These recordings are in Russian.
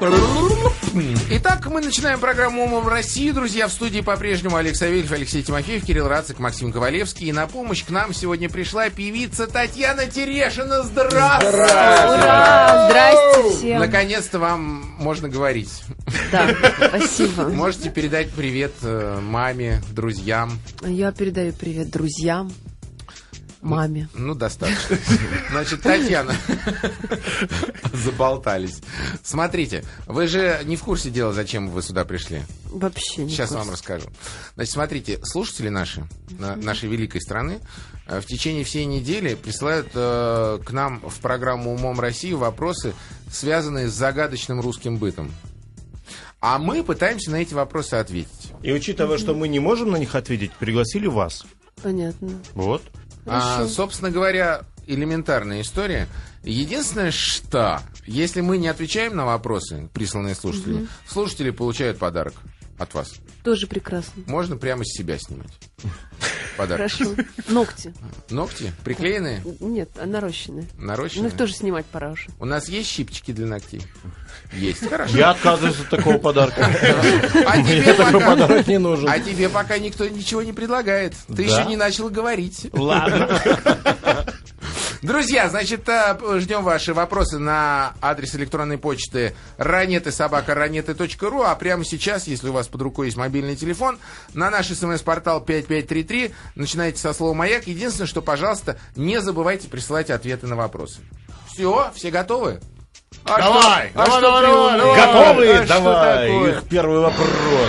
Итак, мы начинаем программу «Умом России». Друзья, в студии по-прежнему Олег Савельев, Алексей Тимофеев, Кирилл Рацик, Максим Ковалевский. И на помощь к нам сегодня пришла певица Татьяна Терешина. Здравствуйте! Ура! Здрасте всем! Наконец-то вам можно говорить. Да, спасибо. Можете передать привет маме, друзьям. Я передаю привет друзьям, маме. Ну, достаточно. Значит, Татьяна. Заболтались. Смотрите, вы же не в курсе дела, зачем вы сюда пришли? Вообще не Сейчас в курсе. вам расскажу. Значит, смотрите, слушатели нашей великой страны в течение всей недели присылают к нам в программу «Умом России» вопросы, связанные с загадочным русским бытом. А мы пытаемся на эти вопросы ответить. И учитывая, что мы не можем на них ответить, пригласили вас. Понятно. Вот. Собственно говоря, элементарная история. Единственное, что если мы не отвечаем на вопросы, присланные слушателями, слушатели получают подарок от вас. Тоже прекрасно. Можно прямо с себя снимать. Подарок. Хорошо. Ногти. Ногти приклеенные? Нет, нарощенные. Нарощенные? Ну их тоже снимать пора уже. У нас есть щипчики для ногтей? Есть. Хорошо. Я отказываюсь от такого подарка. Мне такой подарок не нужен. А тебе пока никто ничего не предлагает. Ты еще не начал говорить. Ладно. Друзья, значит, ждем ваши вопросы на адрес электронной почты ранеты@ранеты.ру. А прямо сейчас, если у вас под рукой есть мобильный телефон, на наш смс-портал 5533 начинайте со слова «Маяк». Единственное, что, пожалуйста, не забывайте присылать ответы на вопросы. Все готовы? Давай! Давай! Готовы? Давай! Их первый вопрос.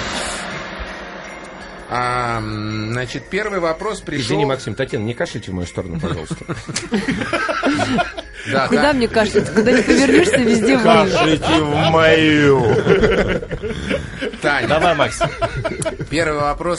Значит, первый вопрос пришел... Извини, Максим, Татьяна, не кашляйте в мою сторону, пожалуйста. Да, Куда мне кажется, когда не повернешься, везде выйдешь. Кашляйте в мою. Таня, Давай, Максим. первый вопрос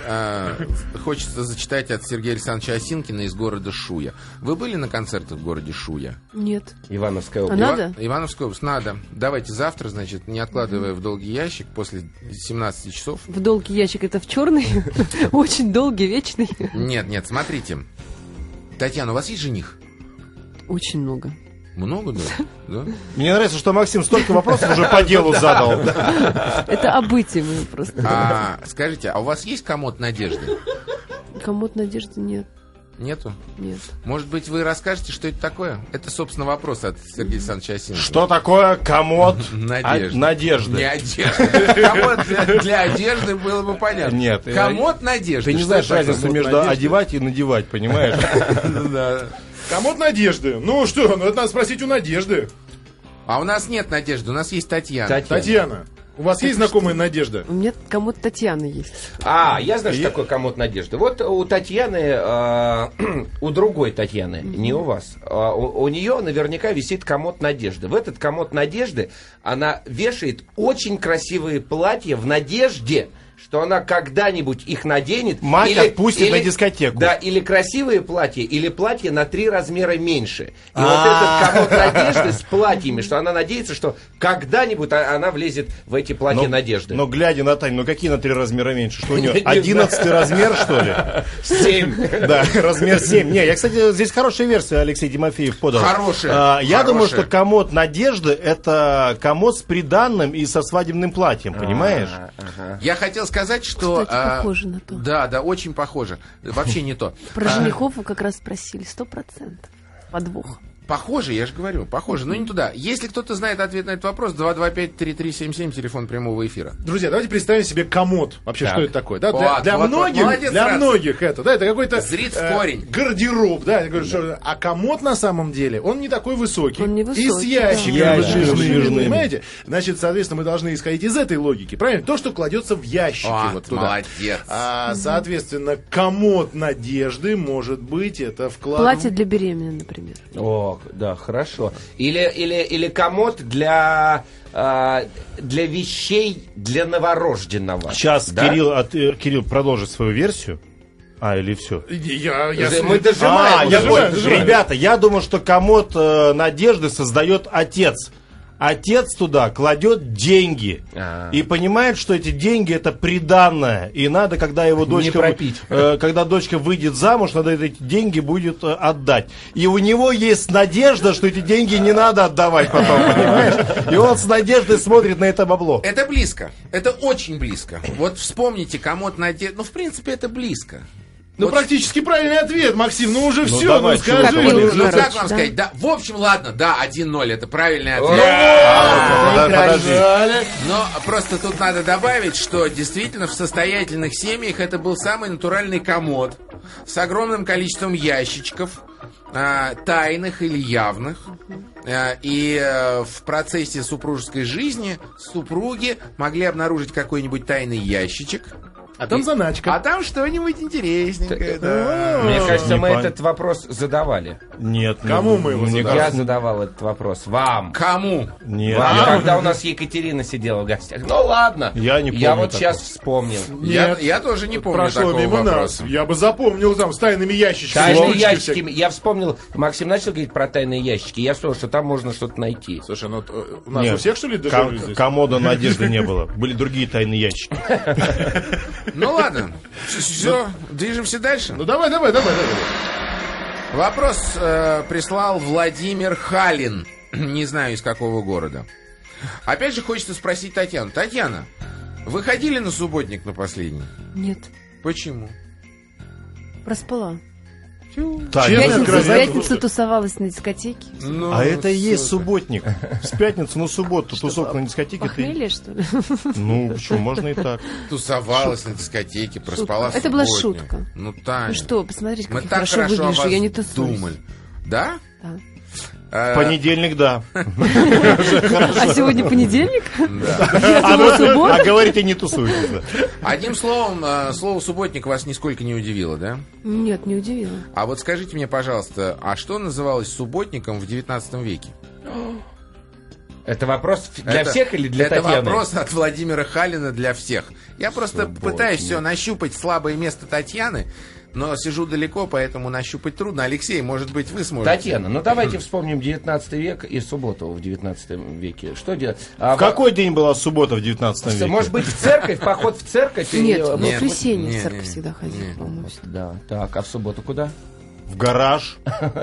хочется зачитать от Сергея Александровича Осинкина из города Шуя. Вы были на концертах в городе Шуя? Нет. Ивановская А область. надо? Ивановская область, надо. Давайте завтра, значит, не откладывая в долгий ящик, после 17 часов. В долгий ящик это в черный? Очень долгий, вечный? Нет, смотрите. Татьяна, у вас есть жених? Очень много. Много, да? Мне нравится, что Максим столько вопросов уже по делу задал. Это о быте мы просто. Скажите, а у вас есть комод надежды? Комод надежды нет. Нету? Нет. Может быть, вы расскажете, что это такое? Это, собственно, вопрос от Сергея Александровича Осинкина. Что такое комод Надежды? надежды? Не одежды. Комод для одежды было бы понятно. Нет. Комод надежды. Ты не Что знаешь это такое? разницу между одевать и надевать, понимаешь? Да. Комод Надежды. Ну что, это надо спросить у Надежды. А у нас нет Надежды, у нас есть Татьяна. Татьяна, у вас есть знакомая Надежда? У меня комод Татьяны есть. Я знаю, что такое комод надежды. Вот у Татьяны, у другой Татьяны, не у вас, у нее наверняка висит комод надежды. В этот комод надежды она вешает очень красивые платья в надежде, что она когда-нибудь их наденет. Мать отпустит на дискотеку. Да, или красивые платья, или платья на 3 размера меньше. И вот этот комод надежды с платьями, что она надеется, что когда-нибудь она влезет в эти платья надежды. Но глядя на Тань, какие на 3 размера меньше? Что у нее, 11 размер, что ли? 7. Да, размер 7. Не, кстати, здесь хорошая версия Алексей Тимофеев подал. Хорошая. Я думаю, что комод надежды — это комод с приданным и со свадебным платьем, понимаешь? Я хотел сказать, что... Кстати, похоже на то. Да, очень похоже. Вообще не то. Про женихов вы как раз спросили, 100%. Подвох. Похоже, я же говорю, похоже, но не туда. Если кто-то знает ответ на этот вопрос, 225-3377, телефон прямого эфира. Друзья, давайте представим себе комод. Вообще, что это такое? Да, для вот, многих, молодец, для раз. многих это, да, это какой-то Зрит в корень. гардероб, да. Я говорю, что, а комод на самом деле, он не такой высокий. Он не И высокий, с ящиками да. выдвижными, Выдвижными. понимаете? Значит, соответственно, мы должны исходить из этой логики, правильно? То, что кладется в ящики вот туда. Молодец. Соответственно, комод надежды, может быть, это вклад... Платье для беременной, например. О, да, хорошо. Или комод для вещей для новорожденного. Сейчас да? Кирилл продолжит свою версию. Или все? Мы дожимаем. Я понял. дожимаем. Ребята, я думаю, что комод надежды создает отец отец туда кладет деньги и понимает, что эти деньги это приданное, и надо, когда его дочка, когда дочка выйдет замуж, надо эти деньги будет отдать. И у него есть надежда, что эти деньги не надо отдавать потом, понимаешь? И он с надеждой смотрит на это бабло. Это близко, это очень близко. Вот вспомните, комод надежды, ну в принципе это близко. Ну, вот. Практически правильный ответ, Максим. Ну, уже все, давай, ну, скажи. Ну, как вам сказать? Да, в общем, ладно, да, 1-0, это правильный ответ. Подожди. Но просто тут надо добавить, что действительно в состоятельных семьях это был самый натуральный комод с огромным количеством ящичков, тайных или явных. И в процессе супружеской жизни супруги могли обнаружить какой-нибудь тайный ящичек. А там заначка. А там что-нибудь интересненькое. Да. Мне кажется, мы этот вопрос задавали. Нет. Кому мы его задавали? Я задавал этот вопрос. Вам. Кому? Нет. Вам, когда у нас Екатерина сидела в гостях. Ну ладно. Я не помню Я вот такого. сейчас вспомнил. Я тоже не помню Прошло такого мимо вопроса. нас. Я бы запомнил там с тайными ящичками. Тайные Словочки ящики. всякие. Я вспомнил, Максим начал говорить про тайные ящики. Я вспомнил, что там можно что-то найти. Слушай, ну у нас Нет. у всех, что ли, дежавю здесь? Комода надежды не было. Были другие тайные ящики. Ну ладно. Все, движемся дальше. Ну давай. Вопрос прислал Владимир Халин. Не знаю, из какого города. Опять же, хочется спросить Татьяну. Татьяна, вы ходили на субботник на последний? Нет, Почему? проспала. Честно, В пятницу тусовалась на дискотеке. Ну, А это и есть субботник. С пятницы на субботу тусовка на дискотеке. Похмелье, что ли? Ну, почему, можно и так. Тусовалась на дискотеке, проспала Это была субботник. шутка. Ну, Таня. Ну что, посмотрите, Мы как я так хорошо хорошо о выгляжу, вас я не тусуюсь. думали. Да? Да. Понедельник, да. А сегодня понедельник? А говорите, не тусуйтесь. Да. Одним словом, слово «субботник» вас нисколько не удивило, да? Нет, не удивило. А вот скажите мне, пожалуйста, а что называлось субботником в 19 веке? Это вопрос для всех или для это Татьяны? вопрос от Владимира Халина для всех. Я просто пытаюсь все нащупать слабое место Татьяны, но сижу далеко, поэтому нащупать трудно. Алексей, может быть, вы сможете. Татьяна, ну давайте вспомним 19 век и субботу в 19 веке. Что делать? В какой день была суббота в 19 веке? Может быть, в церковь, поход в церковь? Нет, или- в Нет, воскресенье нет, в церковь нет, всегда ходили, нет. по-моему. Да, так, а в субботу куда? В гараж.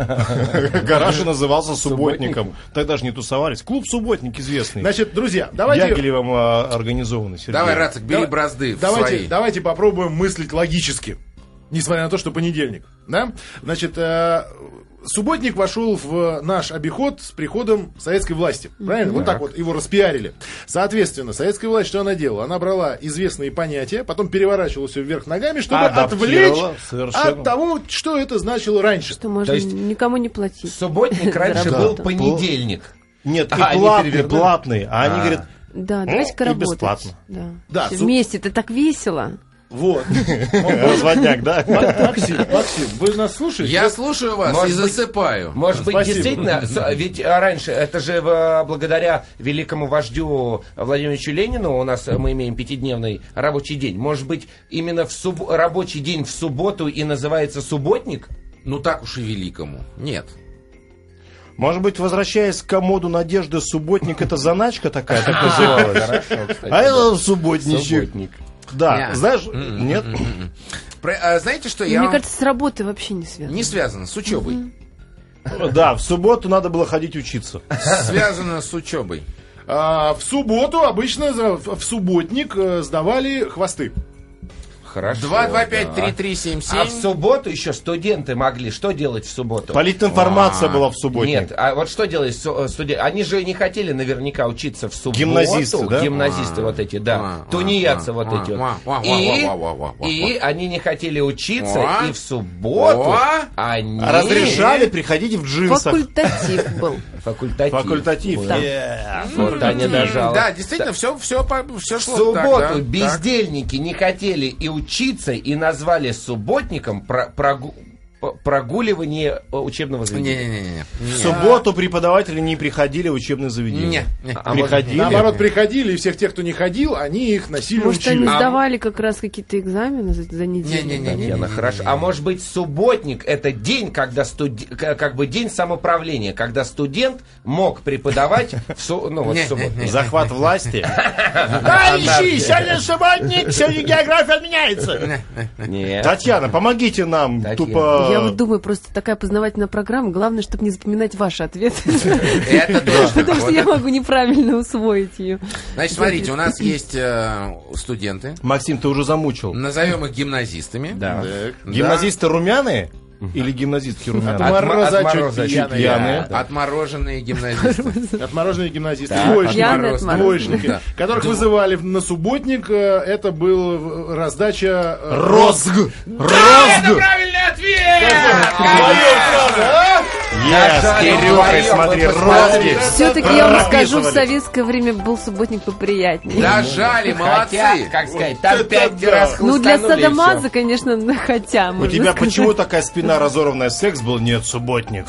Гараж и назывался субботником. Тогда же не тусовались. Клуб «Субботник» известный. Значит, друзья, давайте... Дягилевым организованный. Сергей. Давай, Рацик, бери бразды в свои. Давайте попробуем мыслить логически. Несмотря на то, что понедельник. Да? Значит, субботник вошел в наш обиход с приходом советской власти. Правильно? Вот так вот его распиарили. Соответственно, советская власть что она делала? Она брала известные понятия, потом переворачивала все вверх ногами, чтобы отвлечь Адаптировала, совершенно. от того, что это значило раньше. Что можно То есть никому не платить. Субботник раньше За был работу. понедельник. Нет, и они платный, перевернули? платный. А они говорят, Да, давайте-ка и работать. бесплатно. Да. Да, Все вместе, это так весело. Вот. разводняк, да? Максим, вы нас слушаете? Я слушаю вас Может и быть- засыпаю. Может быть, Спасибо. действительно, ведь раньше, это же благодаря великому вождю Владимиру Ильичу Ленину у нас мы имеем 5-дневный рабочий день. Может быть, именно рабочий день в субботу и называется субботник? Ну так уж и великому. Нет. Может быть, возвращаясь к комоду надежды, субботник это заначка такая, так называлась. Хорошо, кстати. А это субботничек. Субботник. Да, Не. знаешь, нет? Знаете, что Мне я вам- кажется, с работы вообще не связано. Не связано с учебой. Да, в субботу надо было ходить учиться. Связано с учебой. В субботу обычно в субботник сдавали хвосты. Хорошо. 225-3377. А в субботу еще студенты могли что делать в субботу? Политинформация была в субботник. Нет, а вот что делали студенты? Они же не хотели наверняка учиться в субботу. Гимназисты, да? Гимназисты вот эти, да. Тунеядцы вот эти вот. И они не хотели учиться, и в субботу они... Разрешали приходить в джинсах. Факультатив был. Факультатив. Факультатив. Да. Вот Таня дожала. Да, действительно, все В шло так. субботу да, так. бездельники не хотели и учиться, и назвали субботником прогуливании учебного заведения. В субботу преподаватели не приходили в учебное заведение. Приходили. Наоборот, приходили, и всех тех, кто не ходил, они их насильно учили. Может, они сдавали как раз какие-то экзамены за неделю? Не, хорошо. А может быть, субботник — это день, когда как бы день самоуправления, когда студент мог преподавать в субботу. Захват власти. Товарищи, сегодня субботник, сегодня география отменяется. Нет. Татьяна, помогите нам. Тупо... Я вот думаю, просто такая познавательная программа. Главное, чтобы не запоминать ваши ответы. Это точно. Потому что я могу неправильно усвоить ее. Значит, смотрите, у нас есть студенты. Максим, ты уже замучил. Назовем их гимназистами. Да. Гимназисты румяные? Или гимназистки румяные? Отмороженные гимназисты. Отмороженные гимназисты. Двоечники. Которых вызывали на субботник. Это был раздача... Розг! Это правильный ответ! С Кирюхой, смотри, розги. Все-таки я вам скажу, в советское время был субботник поприятнее. Дожали, молодцы. Как сказать, там 5 раз Ну, для садомаза, конечно, хотя. У тебя почему такая спина разорванная? Секс был? Нет, субботник.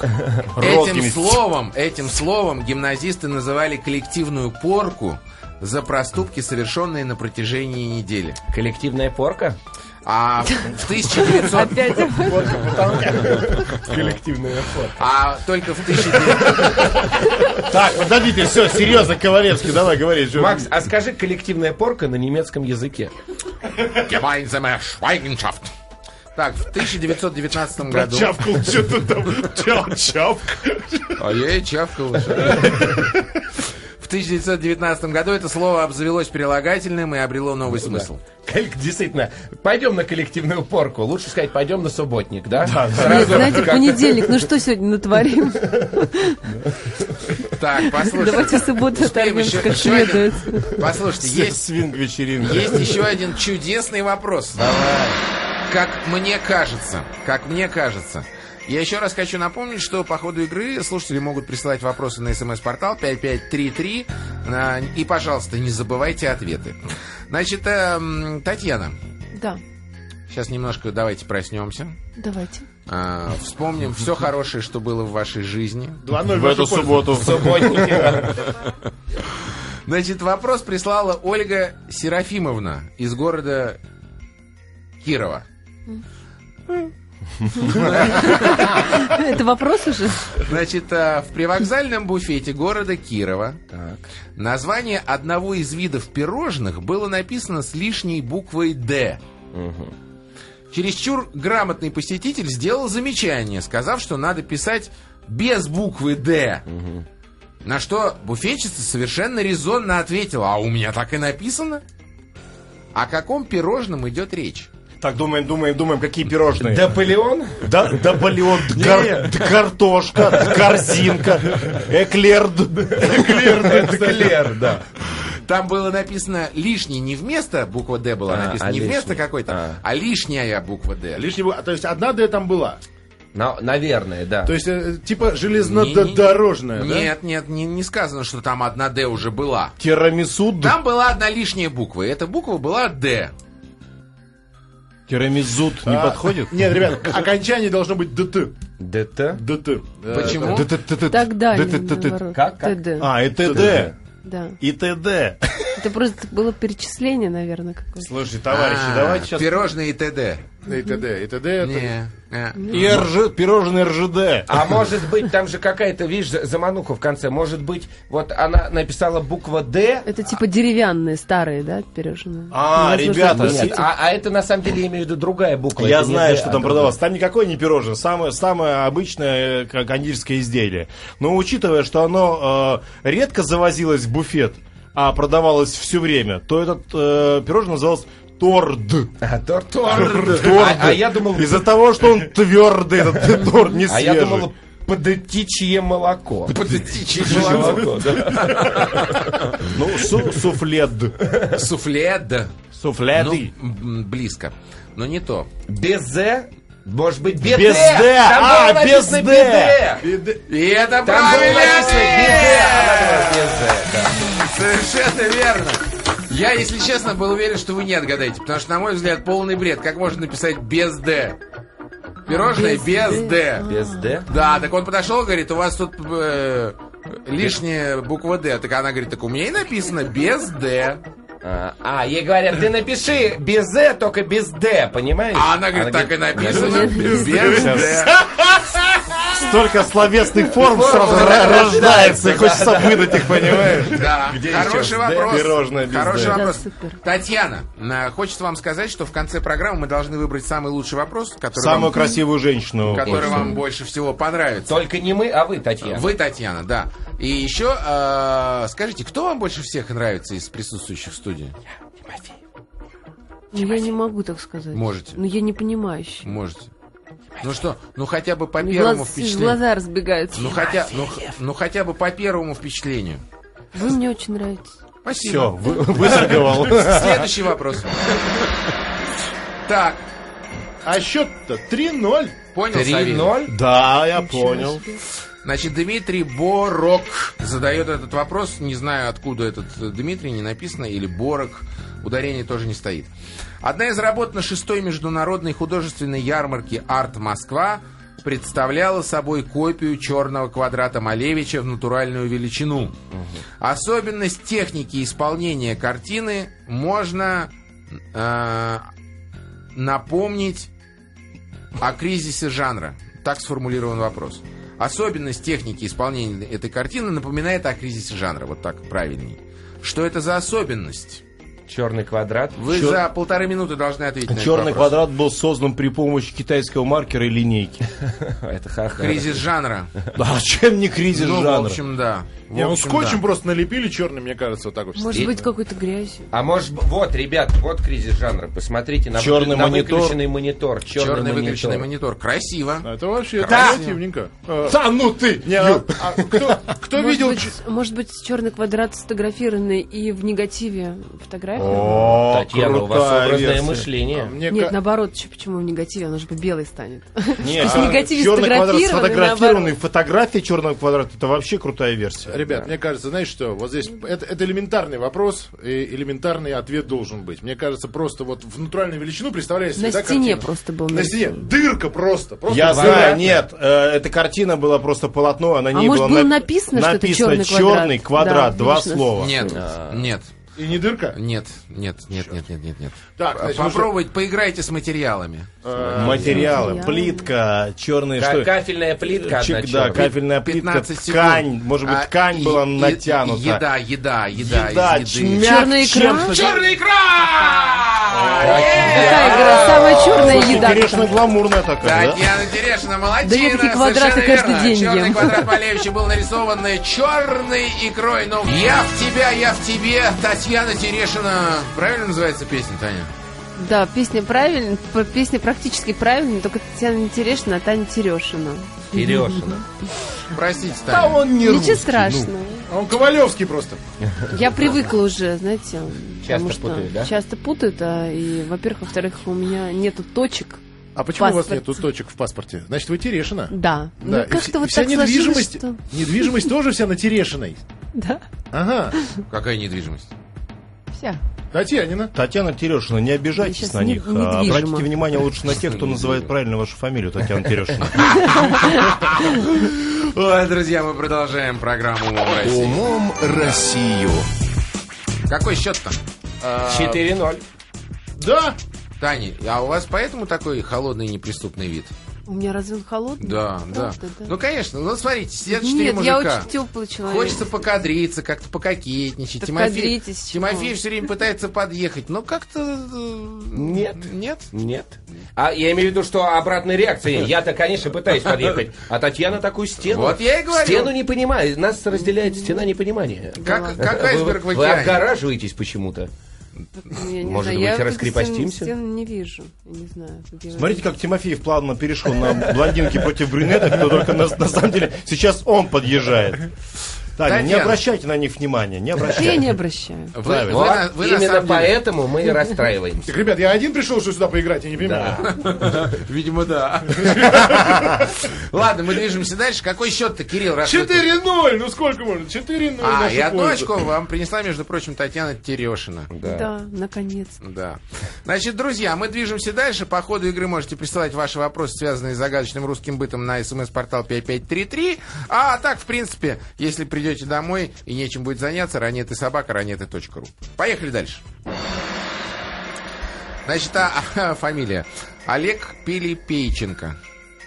Этим словом гимназисты называли коллективную порку за проступки, совершенные на протяжении недели. Коллективная порка? А в 1900... Опять. Коллективная форма. А только в 1900... Так, подождите, все, серьезно, Ковалевский, давай говори. Макс, а скажи коллективная порка на немецком языке. Gemeinsame Schweigenschaft. Так, в 1919 году... Чавкал что-то там. Чавкал. А я и чавкал. В 1919 году это слово обзавелось прилагательным и обрело новый смысл. Действительно, пойдем на коллективную порку. Лучше сказать, пойдем на субботник, да? Знаете, понедельник, ну что сегодня натворим? Так, послушайте. Давайте в субботу оторвемся как следует. Послушайте, есть еще один чудесный вопрос. Давай. Как мне кажется. Я еще раз хочу напомнить, что по ходу игры слушатели могут присылать вопросы на смс-портал 5533. И, пожалуйста, не забывайте ответы. Значит, Татьяна. Да. Сейчас немножко давайте проснемся. Давайте. Вспомним все хорошее, что было в вашей жизни. 2-0 в эту субботу. В субботнике. Значит, вопрос прислала Ольга Серафимовна из города Кирова. Это вопрос уже? Значит, в привокзальном буфете города Кирова название одного из видов пирожных было написано с лишней буквой «Д». Чересчур грамотный посетитель сделал замечание, сказав, что надо писать без буквы «Д». На что буфетчица совершенно резонно ответила: а у меня так и написано. О каком пирожном идет речь? Так, думаем, какие пирожные? Наполеон? Да, Наполеон, картошка, корзинка, эклер, да. Там было написано лишний, не вместо буквы «Д» была написана, не вместо какой-то, а лишняя буква «Д». То есть одна «Д» там была? Наверное, да. То есть, типа железнодорожная, да? Нет, не сказано, что там одна «Д» уже была. Тирамису? Там была одна лишняя буква, и эта буква была «Д». Тирамизут не подходит? Нет, ребят, окончание должно быть ДТ. ДТ? ДТ. Почему? Тогда, наоборот. Как? ТД. И ТД. Да. И ТД. Это просто было перечисление, наверное, какое-то. Слушай, товарищи, давайте сейчас... Пирожные и ТД. И ТД. И пирожные РЖД. А может быть, там же какая-то, видишь, замануха в конце. Может быть, вот она написала буква «Д». Это типа деревянные, старые, да, пирожные? Ребята. Нет, а это на самом деле, я имею в виду другая буква. Я знаю, что там продавалось. Там никакое не пирожное. Самое обычное кондитерское изделие. Но учитывая, что оно редко завозилось в буфет, а продавалось все время, то этот пирожное называлось торт. Торт. А я думал... Из-за того, что он твердый, этот торт не свежий. А я думал, подотичье молоко. Подотичье молоко, да. Ну, суфлед. Суфлед. Суфледы. Близко. Но не то. Без «З». Может быть, без «Д». Без «Д». И это там было написано правильно! Совершенно верно. Я, если честно, был уверен, что вы не отгадаете, потому что, на мой взгляд, полный бред. Как можно написать без «Д»? Пирожное без «Д». Без «Д»? Да, так он подошел и говорит, у вас тут лишняя буква «Д». Так она говорит, так у меня и написано без «Д». Ей говорят, ты напиши без «З», только без «Д», понимаешь? А она говорит, так и написано, без «Д». Столько словесных форм сразу рождается, и хочется выдать их, понимаешь? Да, хороший вопрос. Пирожное без Хороший «Д». вопрос. Да, супер. Татьяна, хочется вам сказать, что в конце программы мы должны выбрать самый лучший вопрос, Самую красивую женщину. который вам больше всего понравится. Только не мы, а вы, Татьяна. Вы, Татьяна, да. И еще скажите, кто вам больше всех нравится из присутствующих в студии? Ну, я не могу так сказать. Можете. Ну, я не понимающий. Можете. Ну что, ну хотя бы по первому впечатлению. Глаза разбегаются. Ну хотя бы по первому впечатлению. Вы мне очень нравитесь. Спасибо. Все, высоковал. Следующий вопрос. Так, А счет-то 3-0. понял, Савелий? 3-0? Да, я понял. Значит, Дмитрий Борок задает этот вопрос. Не знаю, откуда этот Дмитрий, не написано. Или Борок. Ударение тоже не стоит. Одна из работ на 6-й международной художественной ярмарке «Арт Москва» представляла собой копию черного квадрата Малевича в натуральную величину. Особенность техники исполнения картины можно напомнить о кризисе жанра. Так сформулирован вопрос. Особенность техники исполнения этой картины напоминает о кризисе жанра. Вот так правильнее. Что это за особенность? Черный квадрат. Вы за 1,5 минуты должны ответить на этот Черный вопрос. квадрат был создан при помощи китайского маркера и линейки. Это ха-ха. Кризис жанра. Да, чем не кризис Ну, в жанра? общем, да. В Не, ну общем, скотчем да. просто налепили черный, мне кажется, вот так вот. Может быть, какой-то грязью. А может, вот, ребят, вот кризис жанра. Посмотрите на, Черный на монитор. выключенный монитор. Черный выключенный монитор. Красиво. Это вообще Красиво. креативненько. Да ну ты! Не, кто видел... Может быть, черный квадрат сфотографированный и в негативе фотография? О, Татьяна, у вас крутая образное версия. мышление. Мне Нет, ка- наоборот, почему в негативе? Оно же белый станет. Нет, В негативе черный квадрат сфотографированный, сфотографированный, наоборот. фотография черного квадрата, это вообще крутая версия. Ребят, мне кажется, знаешь что, вот здесь это элементарный вопрос, и элементарный ответ должен быть. Мне кажется, просто вот в натуральную величину представляешь себе, На да, стене картину? просто был На стене нарисован. дырка просто. Я дырка. знаю, нет, эта картина была просто полотно, а на ней может, было было написано, что это черный черный квадрат, Да, два видишь, слова. Нет, нет, И не дырка? нет. Так, значит, Попробуйте, поиграйте с материалами. Материалы, Материалы. плитка, черные что? Кафельная плитка одна Да, черная. кафельная плитка, 15 секунд. ткань, может быть, ткань была натянута. Еда Еда, из еды. чмяк, Черный экран? чем-то. Черный экран! Какая игра? Самая черная еда. Интересно, гламурная такая, да? Татьяна Терешина, молодчина. Да я такие квадраты совершенно каждый верно. день Черный ем. квадрат Малевича был нарисован черной икрой. Ну, я в тебя, я в тебе, Татьяна Терешина. Правильно называется песня, Таня? Да, песня правильная, песня практически правильная, только Татьяна не Терешина, а Таня Терешина. Терешина. Простите, Да Таня. он не Ничего русский, страшного. А он Ковалевский просто. Я привыкла уже, знаете, потому что путают, да? часто путают, и, во-первых, во-вторых, у меня нету точек. А почему у вас Паспорте. нету точек в паспорте? Значит, вы Терешина. Да. Да, Ну, и как-то вот вся так сложилось, недвижимость, что... недвижимость тоже вся на Терешиной. Да, Ага. Какая недвижимость? вся. Татьянина. Татьяна Терешина, не обижайтесь Сейчас на них. недвижимо. Обратите внимание лучше на тех, кто называет правильно вашу фамилию, Татьяна Терешина. Ой, друзья, мы продолжаем программу «Умом России». Умом Россию. Какой счет-то? 4-0. Да. Таня, а у вас поэтому такой холодный и неприступный вид? У меня разве он холодный? Да, да. Правда, да. Ну, конечно. Ну, смотрите, сидят 4 Нет, мужика. я очень теплый человек. Хочется покадриться, как-то пококетничать. Так Тимофей кадритесь, чего? все время пытается подъехать, но как-то... Нет. Нет? Нет. А я имею в виду, что обратная реакция. Я-то, конечно, пытаюсь подъехать. А Татьяна такую стену. Вот я и говорю. Стену не понимает. Нас разделяет стена непонимания. Как айсберг в Вы океане. отгораживаетесь почему-то. Я не Может знаю, быть, я раскрепостимся? стену не вижу. Я не знаю. как я Смотрите, как Тимофеев плавно перешел на блондинки против брюнеток, но только на самом деле сейчас он подъезжает. Таня, не обращайте на них внимания, не обращайте. Я не обращаю. Именно поэтому мы и расстраиваемся. Так, ребят, я один пришел, что сюда поиграть, я не понимаю. Видимо, да. Ладно, мы движемся дальше. Какой счет-то, Кирилл? 4-0, ну сколько можно? 4-0. И одну очко вам принесла, между прочим, Татьяна Терешина. Да, наконец. Да. Значит, друзья, мы движемся дальше. По ходу игры можете присылать ваши вопросы, связанные с загадочным русским бытом, на смс-портал 5533. А так, в принципе, если придете домой и нечем будет заняться, ранеты@ранеты.ру. Поехали дальше. Значит, фамилия. Олег Пилипейченко.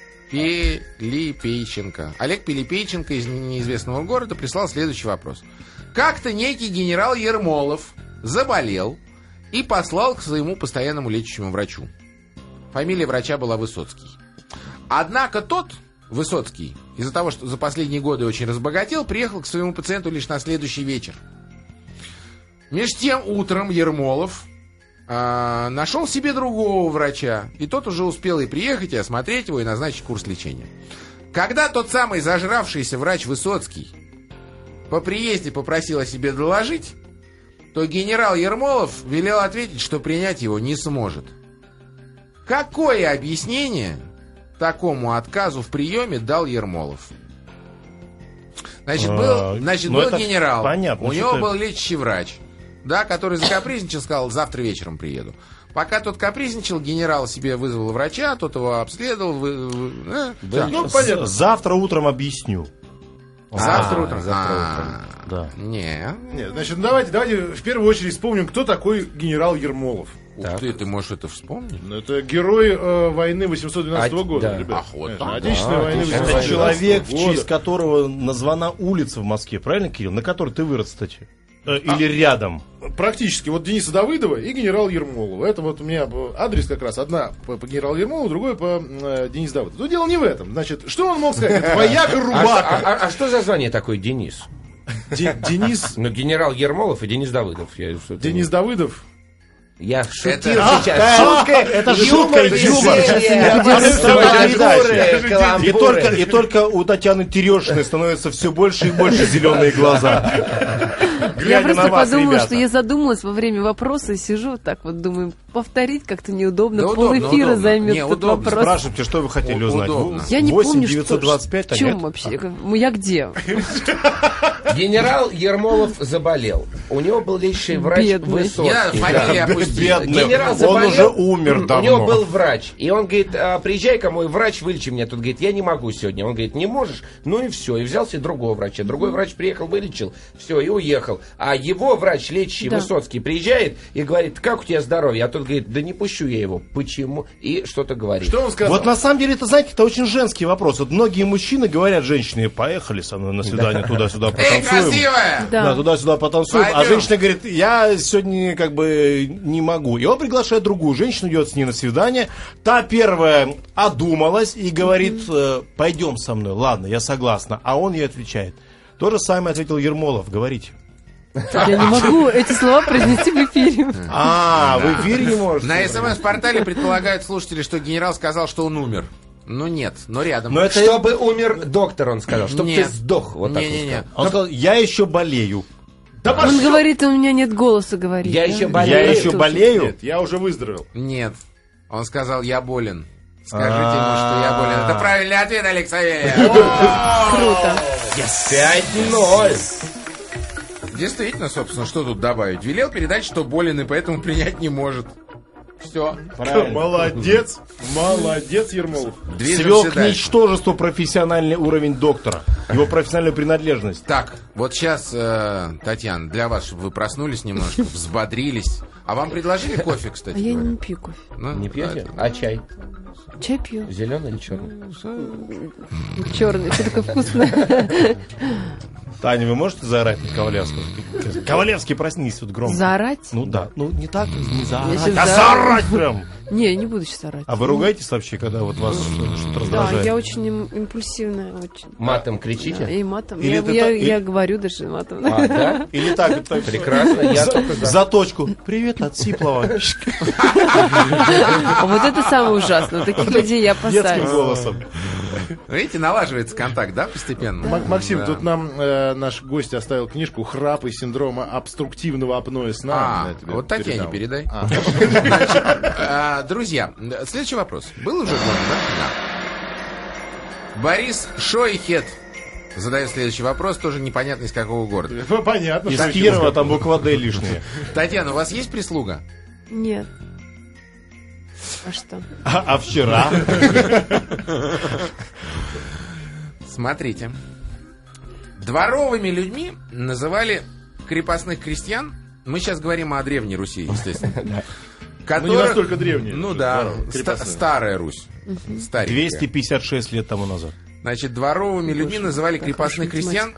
Олег Пилипейченко из неизвестного города прислал следующий вопрос. Как-то некий генерал Ермолов заболел и послал к своему постоянному лечащему врачу. Фамилия врача была Высоцкий. Однако тот, Высоцкий, из-за того, что за последние годы очень разбогател, приехал к своему пациенту лишь на следующий вечер. Меж тем утром Ермолов нашел себе другого врача, и тот уже успел и приехать, и осмотреть его, и назначить курс лечения. Когда тот самый зажравшийся врач Высоцкий по приезде попросил о себе доложить, то генерал Ермолов велел ответить, что принять его не сможет. Какое объяснение такому отказу в приеме дал Ермолов? Значит, был генерал, понятно, у него был лечащий врач, да, который закапризничал, сказал, завтра вечером приеду. Пока тот капризничал, генерал себе вызвал врача, тот его обследовал. Понятно. Завтра утром объясню. Завтра утром? Да. Нет, значит, давайте в первую очередь вспомним, кто такой генерал Ермолов. Ух ты можешь это вспомнить? Это герой войны 812 года, ребят. Отечественной войны 812 года. Это человек, в честь которого названа улица в Москве, правильно, Кирилл? На которой ты вырос, кстати. Или рядом? Практически. Вот Дениса Давыдова и генерал Ермолова. Это вот у меня адрес как раз. Одна по генералу Ермолову, другой по Денису Давыдову. Но дело не в этом. Значит, что он мог сказать? Это вояка Рубака. А что за звание такое Денис? Денис... Ну, генерал Ермолов и Денис Давыдов. Денис Давыдов? Я шутил сейчас. Это шутка, юмор. И только у Татьяны Терешиной становятся все больше и больше зеленые глаза. Я просто подумала, что я задумалась во время вопроса и сижу так вот, думаю, повторить как-то неудобно. Да пол-эфира займет этот вопрос. Спрашивайте, что вы хотели узнать. Я не помню, 925, в чем вообще. Я где? Генерал Ермолов заболел. У него был лечащий врач Высоцкий. Фамилия опустила. Генерал заболел, он уже умер давно. У него был врач. И он говорит, приезжай ко мой врач, вылечи меня. Тут говорит, я не могу сегодня. Он говорит, не можешь? Ну и все. И взял себе другого врача. Другой врач приехал, вылечил. Все, и уехал. А его врач, лечащий Высоцкий, приезжает и говорит, как у тебя здоровье? А тот говорит, да не пущу я его. Почему? И что-то говорит. Что он сказал? Вот на самом деле, это, знаете, это очень женский вопрос. Вот многие мужчины говорят женщине, поехали со мной на свидание, туда-сюда потанцуем. Красивая! Да, туда-сюда потанцуем. А женщина говорит, я сегодня как бы не могу. И он приглашает другую женщину, идет с ней на свидание. Та первая одумалась и говорит, пойдем со мной. Ладно, я согласна. А он ей отвечает. То же самое ответил Ермолов. Говорите. Я не могу эти слова произнести в эфире. В эфире не можете. На СМС-портале предполагают слушатели, что генерал сказал, что он умер. Ну нет, но рядом. Но это... Чтобы умер доктор, он сказал. Чтобы ты сдох. Вот так не. Он сказал, я еще болею. Он говорит, у меня нет голоса, говорит. Я еще болею. Нет, я уже выздоровел. Нет. Он сказал, я болен. Скажите ему, что я болен. Это правильный ответ, Алексей. Круто. 5-0. Действительно, собственно, что тут добавить? Велел передать, что болен и поэтому принять не может. Все. Молодец, Ермолов. Свел к ничтожеству профессиональный уровень доктора, его профессиональную принадлежность. Так, вот сейчас, Татьяна, для вас, чтобы вы проснулись немножко, взбодрились. А вам предложили кофе, кстати? А я не пью кофе. Не пьете? А чай? Чай пью. Зеленый или черный? Черный, все такое вкусное. Таня, вы можете заорать на Ковалевского? Ковалевский, проснись вот громко. Заорать? Ну да, ну не так, не заорать, а заорать прям. Не, не буду сейчас орать. А вы ругаетесь вообще, когда вот вас что-то раздражает? Да, я очень импульсивная. Очень. Матом кричите? Да, и матом. Я говорю даже матом. А, да? Или так? Прекрасно, я только за. Заточку. Привет от Сиплова. Вот это самое ужасное. Таких людей я опасаюсь. Детским голосом. Видите, налаживается контакт, да, постепенно? Максим, Да. тут нам наш гость оставил книжку «Храп и синдрома обструктивного апноэ сна». Я тебе Вот Татьяне передал. передай. Значит, друзья, следующий вопрос. Был уже год, да? Да. Борис Шойхет задает следующий вопрос, тоже непонятно из какого города. Понятно. Из Кирова там буква «Д» лишняя. Татьяна, у вас есть прислуга? Нет. А что? А вчера? Смотрите. Дворовыми людьми называли крепостных крестьян. Мы сейчас говорим о Древней Руси, естественно. Ну, не настолько древние. Ну да, старая Русь. Старенькая. 256 лет тому назад. Значит, дворовыми людьми называли крепостных крестьян,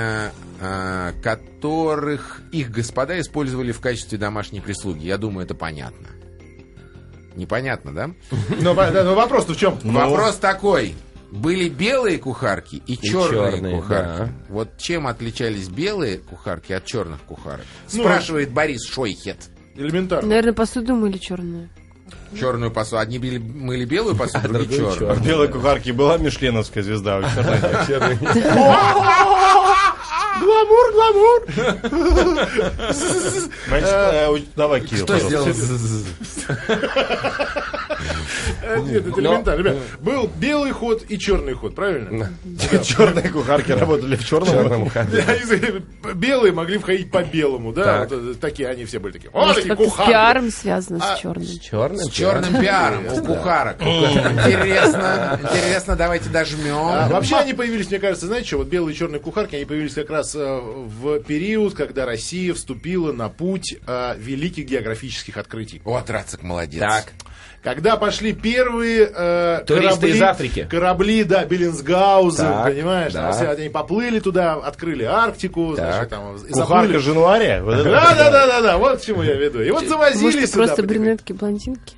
которых их господа использовали в качестве домашней прислуги. Я думаю, это понятно. Непонятно, да? Но вопрос-то в чем? Вопрос такой. Были белые кухарки и черные черные, кухарки. да. Вот чем отличались белые кухарки от черных кухарок? Спрашивает Борис Шойхет. Элементарно. Наверное, посуду мыли черную. Черную посуду. Одни мыли белую посуду, другие черную. В белой кухарке была мишленовская звезда. У черной нет. Гламур! Значит, давай, Кирилл, Что сделал? Нет, это элементарно. Ребят, был белый ход и черный ход, правильно? черные кухарки работали в черном ходе. Белые могли входить по белому, да? Так. Вот такие, они все были такие. Может, такие как-то с кухарки. пиаром связано с черным. Черным, С черным пиаром у кухарок. Интересно, давайте дожмем. Вообще они появились, мне кажется, знаете что, вот белые и черные кухарки, они появились как раз в период, когда Россия вступила на путь великих географических открытий. О, Трацик, молодец. Так. Когда пошли первые Туристы из Африки. корабли, да, Беллинсгаузен, Так, понимаешь, да. там все, они поплыли туда, открыли Арктику, значит, там, и Кухарка заплыли. Жануария? Вот это Да, вот к чему я веду. И вот Может, завозили это сюда. просто потихоньку. брюнетки-блондинки?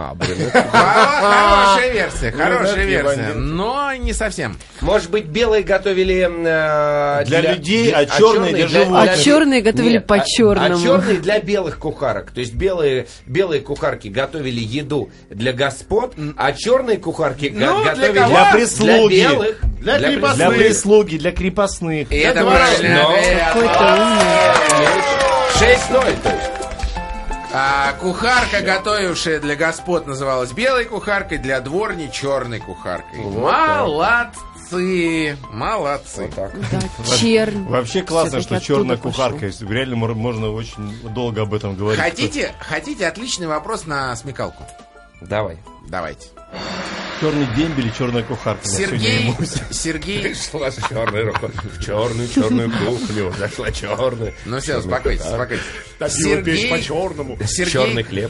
Хорошая версия, хорошая Брюнетки, версия. блондинки. Но не совсем. Может быть, белые готовили Для людей, а черные для животных. А черные готовили Нет, по-черному. А черные для белых кухарок. То есть белые кухарки готовили еду для господ, а черные кухарки Ну, для готовили кого? Для прислуги. Для белых. Для крепостных. Для прислуги, для крепостных. И это два правильно. Какой-то умный. 6-0, то есть. А кухарка, готовившая для господ, называлась белой кухаркой, для дворни черной кухаркой. Молодцы! Молодцы. Да, чернь. Вообще классно, Всё-таки что черная оттуда кухарка. пошло. Если реально можно очень долго об этом говорить. Хотите отличный вопрос на смекалку? Давай. Давайте. Черный дембель и черная кухарка. Я сегодня Сергей, Шла черная рука в черную кухню. Зашла черная. ну все, успокойтесь. Топила печь по-черному. Черный хлеб.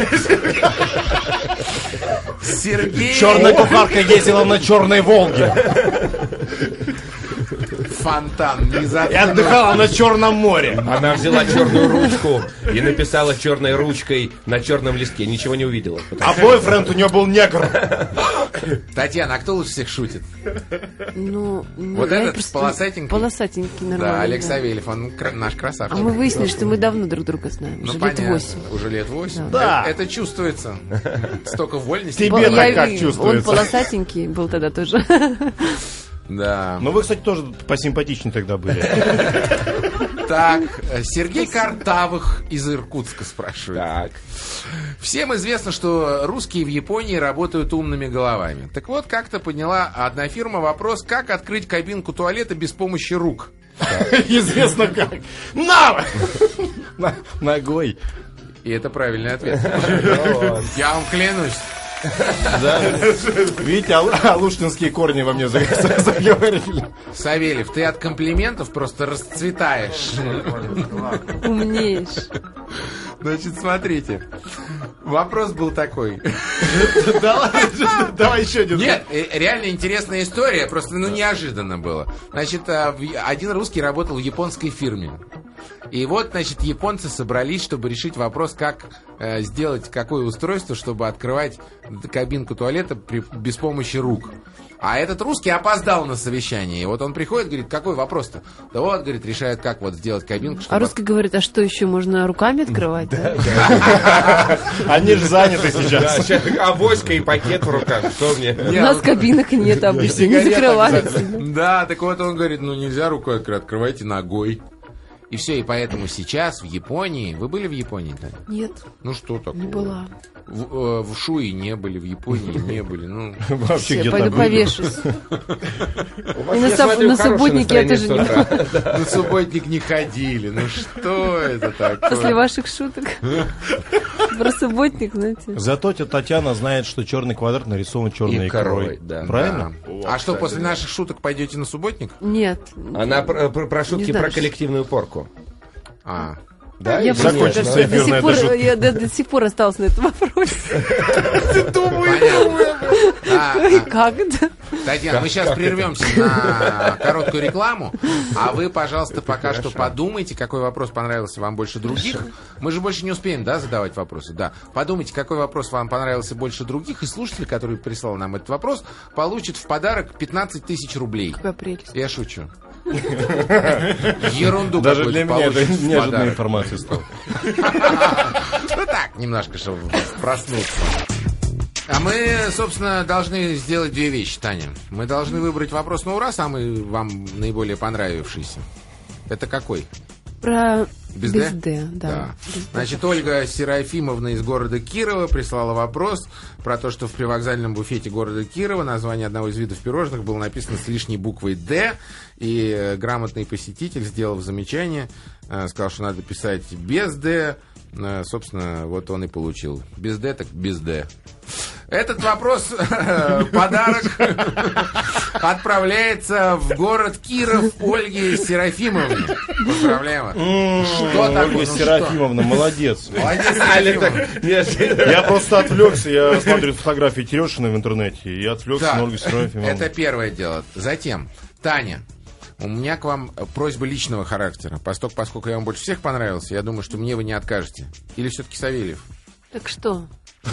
Сергей, Черная кухарка ездила на черной Волге фонтан не и заткнул. отдыхала на Черном море. Она взяла черную ручку и написала черной ручкой на черном листке. Ничего не увидела. А бойфренд у нее был негр. Татьяна, а кто лучше всех шутит? Ну, Вот я этот просто- полосатенький? Полосатенький, нормально. Да, Алекс да. Савельев, он наш красавчик. А мы выяснили, что мы давно друг друга знаем. Ну, Уже лет понятно. 8. Уже лет 8. Да. Это чувствуется. Столько вольности. Тебе Я так как он чувствуется? полосатенький был тогда тоже. Да. Ну вы, кстати, тоже посимпатичнее тогда были. Так, Сергей Картавых из Иркутска спрашивает. Так. Всем известно, что русские в Японии работают умными головами. Так вот, как-то подняла одна фирма вопрос, как открыть кабинку туалета без помощи рук. Известно как. Ногой. И это правильный ответ. Я вам клянусь. Да. Видите, алушнинские корни во мне заговорили. Савельев, ты от комплиментов просто расцветаешь. Умнеешь. Значит, смотрите. Вопрос был такой. Давай еще один. Нет, реально интересная история, просто неожиданно было. Значит, один русский работал в японской фирме. И вот, значит, японцы собрались, чтобы решить вопрос, как сделать какое устройство, чтобы открывать кабинку туалета без помощи рук. А этот русский опоздал на совещание. И вот он приходит, говорит, какой вопрос-то? Да вот, говорит, решает, как вот сделать кабинку. А русский говорит, а что еще, можно руками открывать? Они же заняты сейчас. Авоська и пакет в руках. Что мне? У нас кабинок нет, обычно не закрывается. Да, так вот он говорит, ну нельзя рукой открывать, открывайте ногой. И все, и поэтому сейчас в Японии... Вы были в Японии, Таня? Нет. Ну что такое? Не была. В Шуи не были, в Японии не были. Ну, вообще я где-то пойду были. повешусь. И на субботнике я тоже не... на субботник не ходили. Ну что это такое? После ваших шуток. Про субботник, знаете. Зато Татьяна знает, что черный квадрат нарисован черной икрой. Да. Правильно? А что, после наших шуток пойдете на субботник? Нет. Она про шутки про коллективную порку. А, Да? Я Закончится эфир на этой шутке. Я до сих пор осталась на этом вопросе. Как это? Татьяна, мы сейчас прервемся на короткую рекламу, а вы, пожалуйста, пока что подумайте, какой вопрос понравился вам больше других. Мы же больше не успеем, да, задавать вопросы? Да. Подумайте, какой вопрос вам понравился больше других, и слушатель, который прислал нам этот вопрос, получит в подарок 15 тысяч рублей. Какая прелесть. Я шучу. Ерунду Даже какую-то для меня это получишь в неожиданная подарок. информация стала. Ну так, немножко, чтобы проснуться. А мы, собственно, должны сделать две вещи, Таня. Мы должны выбрать вопрос на ура, самый вам наиболее понравившийся. Это какой? Про Без без «Д»? «Д», да. Значит, Ольга Серафимовна из города Кирова прислала вопрос про то, что в привокзальном буфете города Кирова название одного из видов пирожных было написано с лишней буквой «Д», и грамотный посетитель, сделав замечание, сказал, что надо писать без «Д». Собственно, вот он и получил. Без «Д», так без «Д». Этот вопрос, подарок, отправляется в город Киров Ольге Серафимовне. Поздравляем вас. Что такое? Ольга Серафимовна, молодец. Молодец, Серафимовна. Я просто отвлекся, я смотрю фотографии Терешиной в интернете, и отвлекся Так, на Ольгу Серафимовну. это первое дело. Затем, Таня, у меня к вам просьба личного характера. Поскольку я вам больше всех понравился, я думаю, что мне вы не откажете. Или все-таки Савельев? Так что?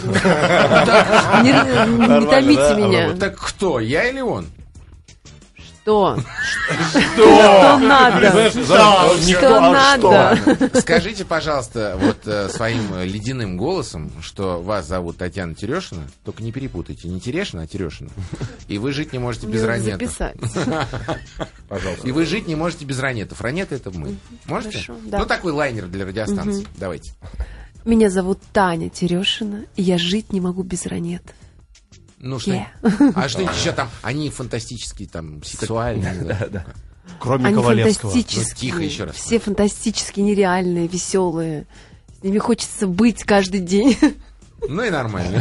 Не томите меня. Так кто, я или он? Что? Что надо? Что надо? Скажите, пожалуйста, вот своим ледяным голосом, что вас зовут Татьяна Терешина, только не перепутайте, не Терешина, а Терешина. И вы жить не можете без ранетов. Записать. Пожалуйста. И вы жить не можете без ранетов. Ранеты — это мы. Можете? Хорошо, да. Ну, такой лайнер для радиостанции. Давайте. Меня зовут Таня Терешина, и я жить не могу без ранетов. Ну что? А что еще там? Они фантастические, там, сексуальные. Да. Кроме Они Ковалевского. фантастические. Ну, тихо еще раз. Все фантастические, нереальные, веселые. С ними хочется быть каждый день. Ну и нормально.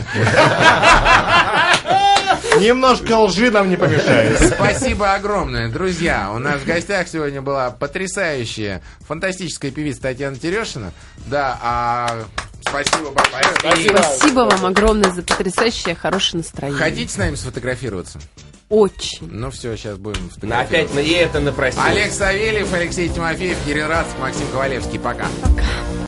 Немножко лжи нам не помешает. Спасибо огромное, друзья. У нас в гостях сегодня была потрясающая, фантастическая певица Татьяна Терешина. Да, спасибо большое. Спасибо вам огромное за потрясающее, хорошее настроение. Хотите с нами сфотографироваться? Очень. Ну все, сейчас будем Опять фотографироваться. и это напросилось. Олег Савельев, Алексей Тимофеев, Кирилл Рацк, Максим Ковалевский. Пока. Пока.